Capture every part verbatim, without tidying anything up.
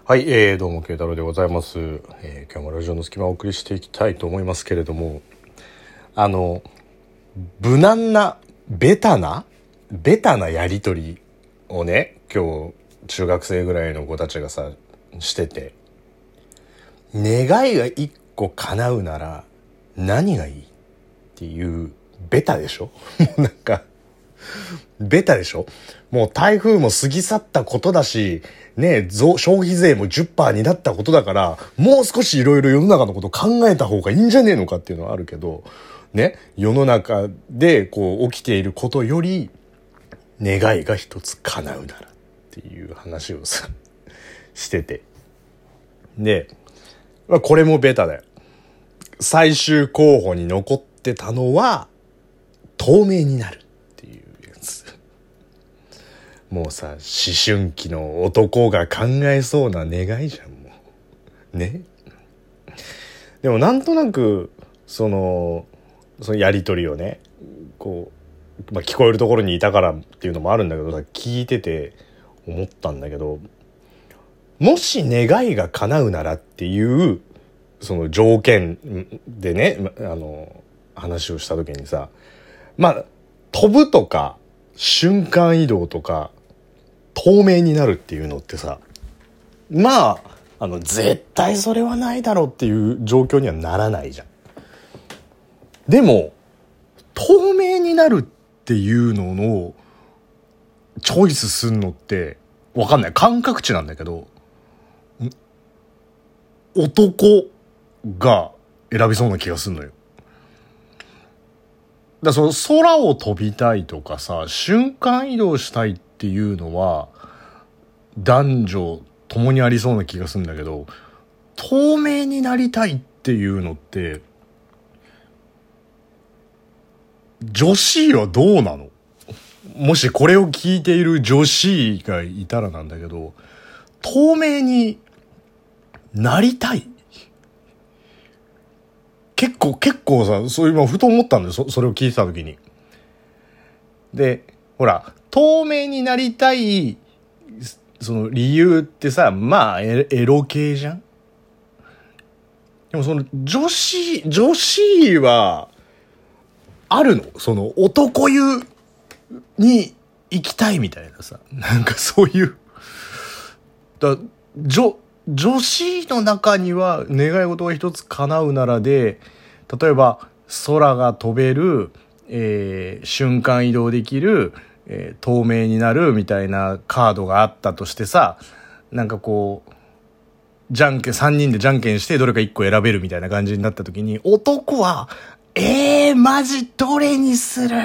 はい、えー、どうも慶太郎でございます、えー、今日もラジオの隙間をお送りしていきたいと思いますけれども、あの無難なベタなベタなやり取りをね、今日中学生ぐらいの子たちがさしてて、願いが一個叶うなら何がいいっていうベタでしょもうなんかベタでしょ。もう台風も過ぎ去ったことだしね、消費税も じゅっパーセント になったことだから、もう少しいろいろ世の中のことを考えた方がいいんじゃねえのかっていうのはあるけどね、世の中でこう起きていることより願いが一つ叶うならっていう話をさしてて、でこれもベタだよ。最終候補に残ってたのは透明になるっていうやつ。もうさ、思春期の男が考えそうな願いじゃん、もうね。でもなんとなくそのそのやり取りをね、こう、まあ、聞こえるところにいたからっていうのもあるんだけどさ、聞いてて思ったんだけど、もし願いが叶うならっていうその条件でね、あの話をした時にさ、まあ飛ぶとか瞬間移動とか透明になるっていうのってさ、まああの絶対それはないだろうっていう状況にはならないじゃん。でも透明になるっていうののチョイスすんのって分かんない、感覚値なんだけど、男が選びそうな気がすんのよ。だからその空を飛びたいとかさ、瞬間移動したいっていうのは男女共にありそうな気がするんだけど、透明になりたいっていうのって女子はどうなの？もしこれを聞いている女子がいたらなんだけど、透明になりたい？結構結構さ、そういう、まあ、ふと思ったんだよ、 そ, それを聞いてた時に。でほら、透明になりたいその理由ってさ、まあエ, エロ系じゃん。でもその女子女子はあるの？その男湯に行きたいみたいなさ、なんかそういうだ、女女子の中には願い事が一つ叶うならで、例えば空が飛べる、えー、瞬間移動できる、えー、透明になるみたいなカードがあったとしてさ、なんかこうじゃんけんさんにんでじゃんけんしてどれかいっこ選べるみたいな感じになった時に、男はえーマジどれにする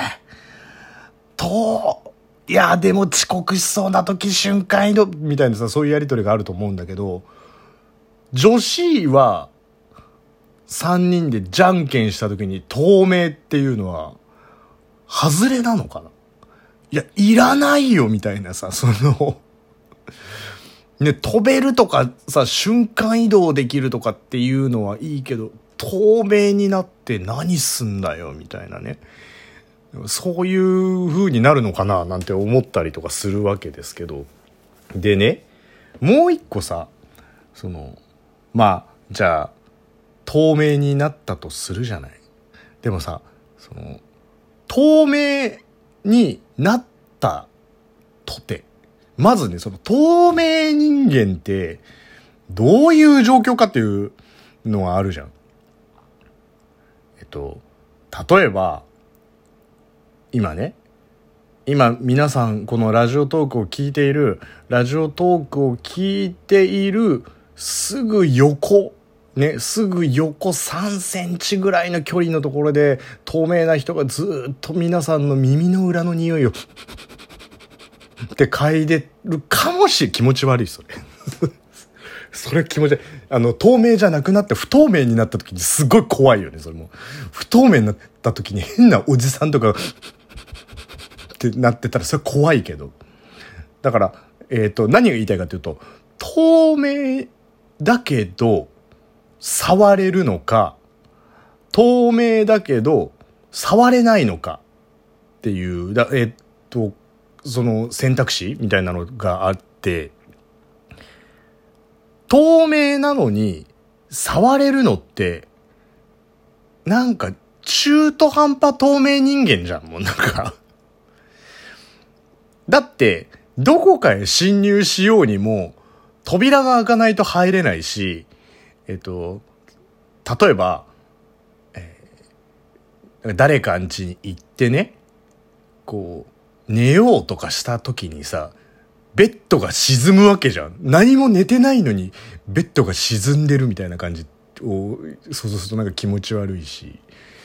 と、いやでも遅刻しそうな時瞬間移動みたいなさ、そういうやり取りがあると思うんだけど、女子はさんにんでじゃんけんした時に透明っていうのは外れなのかな。いやいらないよみたいなさ、そのね、飛べるとかさ、瞬間移動できるとかっていうのはいいけど、透明になって何すんだよみたいなね、そういう風になるのかななんて思ったりとかするわけですけど。でね、もう一個さ、そのまあじゃあ透明になったとするじゃない。でもさ、その透明になったとて、まずね、その透明人間ってどういう状況かっていうのがあるじゃん。えっと例えば今ね、今皆さんこのラジオトークを聞いているラジオトークを聞いているすぐ横ね、すぐ横さんセンチぐらいの距離のところで透明な人がずっと皆さんの耳の裏の匂いをって嗅いでるかもしれん。気持ち悪い、それそれ気持ち悪い。あの透明じゃなくなって不透明になった時にすごい怖いよね。それも不透明になった時に変なおじさんとかってなってたらそれ怖いけど、だからえっと何が言いたいかというと、透明だけど触れるのか、透明だけど触れないのかっていうだ、えっとその選択肢みたいなのがあって、 透明なのに触れるのって、なんか中途半端透明人間じゃん、もうなんか。だって、どこかへ侵入しようにも、扉が開かないと入れないし、えっと、例えば、えー、誰かん家に行ってね、こう、寝ようとかした時にさ、ベッドが沈むわけじゃん。何も寝てないのに、ベッドが沈んでるみたいな感じを想像するとなんか気持ち悪いし。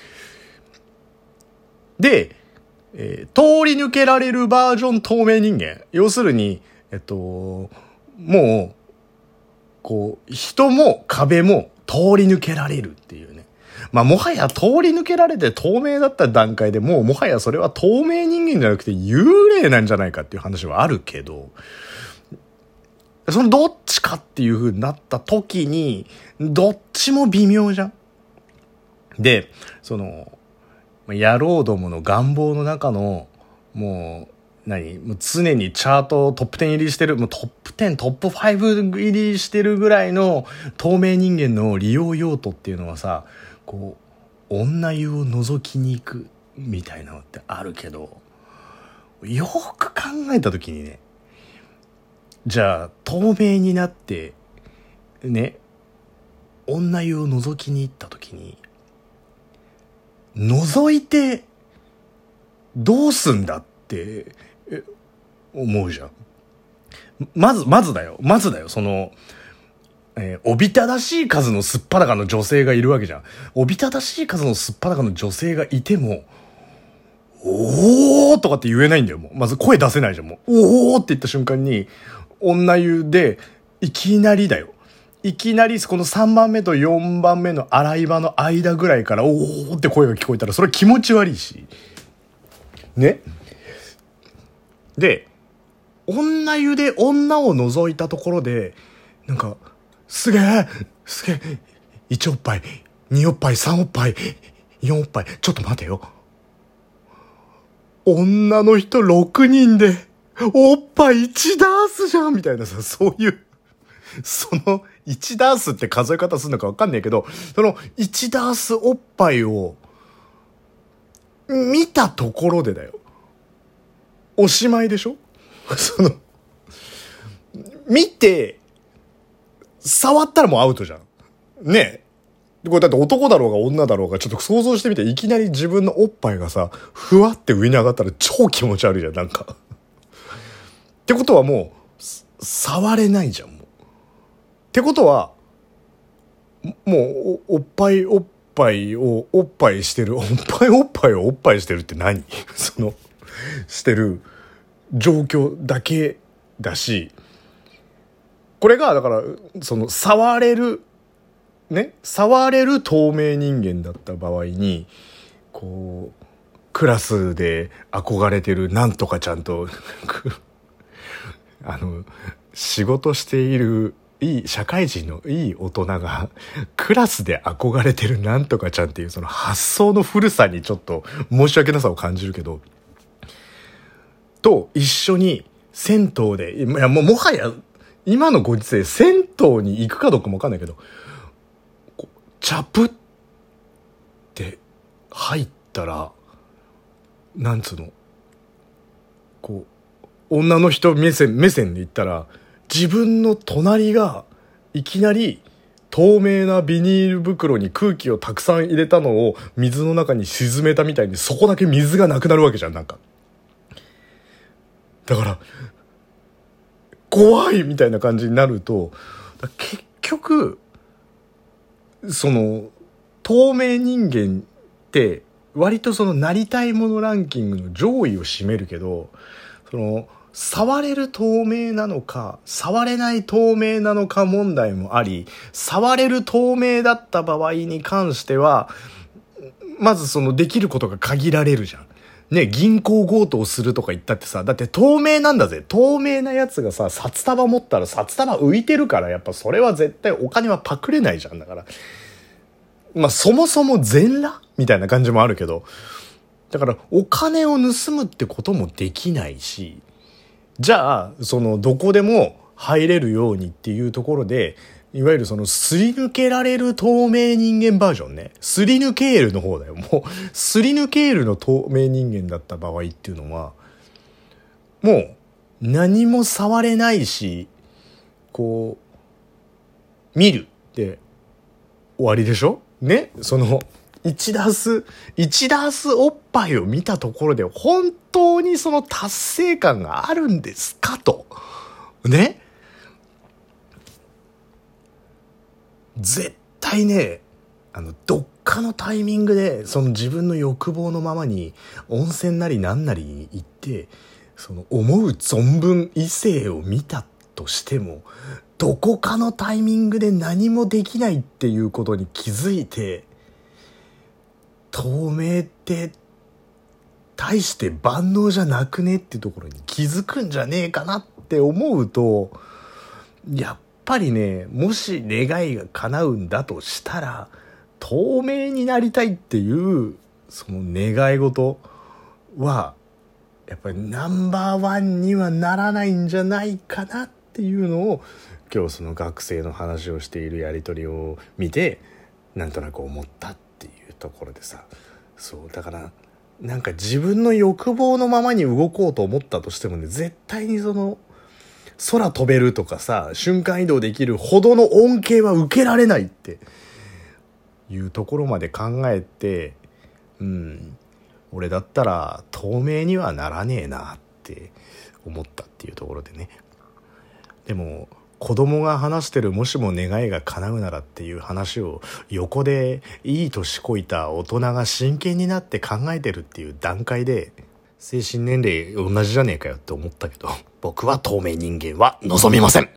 で、えー、通り抜けられるバージョン透明人間。要するに、えっと、もう、こう、人も壁も通り抜けられるっていうね。まあ、もはや通り抜けられて透明だった段階でもう、もはやそれは透明人間じゃなくて幽霊なんじゃないかっていう話はあるけど、そのどっちかっていう風になった時に、どっちも微妙じゃん。で、その、野郎どもの願望の中の、もう、何もう常にチャートトップじゅう入りしてる、もうトップじゅう、トップご入りしてるぐらいの透明人間の利用用途っていうのはさ、こう、女湯を覗きに行くみたいなのってあるけど、よく考えた時にね、じゃあ透明になって、ね、女湯を覗きに行った時に、覗いてどうすんだって思うじゃん。まず、まずだよ。まずだよ。その、えー、おびただしい数のすっぱだかの女性がいるわけじゃん。おびただしい数のすっぱだかの女性がいても、おーとかって言えないんだよ、もう。まず声出せないじゃん、もう。おーって言った瞬間に、女湯で、いきなりだよ。いきなりこのさんばんめとよんばんめの洗い場の間ぐらいからおーって声が聞こえたらそれ気持ち悪いしね。で女湯で女を覗いたところでなんかすげえすげえいちおっぱいにおっぱいさんおっぱいよんおっぱいちょっと待てよ、女の人ろくにんでおっぱいいちダースじゃんみたいなさ、そういうそのいちダースって数え方するのか分かんないけど、そのいちダースおっぱいを見たところでだよ、おしまいでしょ。その見て触ったらもうアウトじゃんねえ。これだって男だろうが女だろうがちょっと想像してみて、いきなり自分のおっぱいがさふわって上に上がったら超気持ち悪いじゃん、なんかってことはもう触れないじゃん、もう。ってことはもう お, おっぱいおっぱいをおっぱいしてるおっぱいおっぱいをおっぱいしてるって何そのしてる状況だけだし、これがだからその触れるね触れる透明人間だった場合にこうクラスで憧れてるなんとかちゃんとあの仕事しているいい社会人のいい大人がクラスで憧れてるなんとかちゃんっていうその発想の古さにちょっと申し訳なさを感じるけど、と一緒に銭湯で、いやもうもはや今のご時世銭湯に行くかどうかもわかんないけど、チャプって入ったらなんつうのこう女の人目線目線で言ったら自分の隣がいきなり透明なビニール袋に空気をたくさん入れたのを水の中に沈めたみたいにそこだけ水がなくなるわけじゃん、なんか。だから怖いみたいな感じになると結局その透明人間って割とそのなりたいものランキングの上位を占めるけど、その触れる透明なのか触れない透明なのか問題もあり、触れる透明だった場合に関してはまずそのできることが限られるじゃんね。銀行強盗するとか言ったってさ、だって透明なんだぜ。透明なやつがさ札束持ったら札束浮いてるから、やっぱそれは絶対お金はパクれないじゃん。だからまあそもそも全裸みたいな感じもあるけど、だからお金を盗むってこともできないし、じゃあそのどこでも入れるようにっていうところで、いわゆるそのすり抜けられる透明人間バージョンね。すり抜けーるの方だよ。もう、すり抜けーるの透明人間だった場合っていうのは、もう何も触れないし、こう、見るって終わりでしょね。その、一ダース、一ダースおっぱいを見たところで本当にその達成感があるんですかと。ね。絶対ね、あの、どっかのタイミングで、その自分の欲望のままに、温泉なりなんなりに行って、その思う存分異性を見たとしても、どこかのタイミングで何もできないっていうことに気づいて、透明って大して万能じゃなくねっていうところに気づくんじゃねえかなって思うと、やっぱりね、もし願いが叶うんだとしたら、透明になりたいっていうその願い事はやっぱりナンバーワンにはならないんじゃないかなっていうのを、今日その学生の話をしているやり取りを見てなんとなく思ったっていうところでさ、そうだからなんか自分の欲望のままに動こうと思ったとしてもね、絶対にその空飛べるとかさ、瞬間移動できるほどの恩恵は受けられないっていうところまで考えて、うん、俺だったら透明にはならねえなって思ったっていうところでね。でも子供が話してるもしも願いが叶うならっていう話を横でいい年こいた大人が真剣になって考えてるっていう段階で、精神年齢同じじゃねえかよって思ったけど、僕は透明人間は望みません。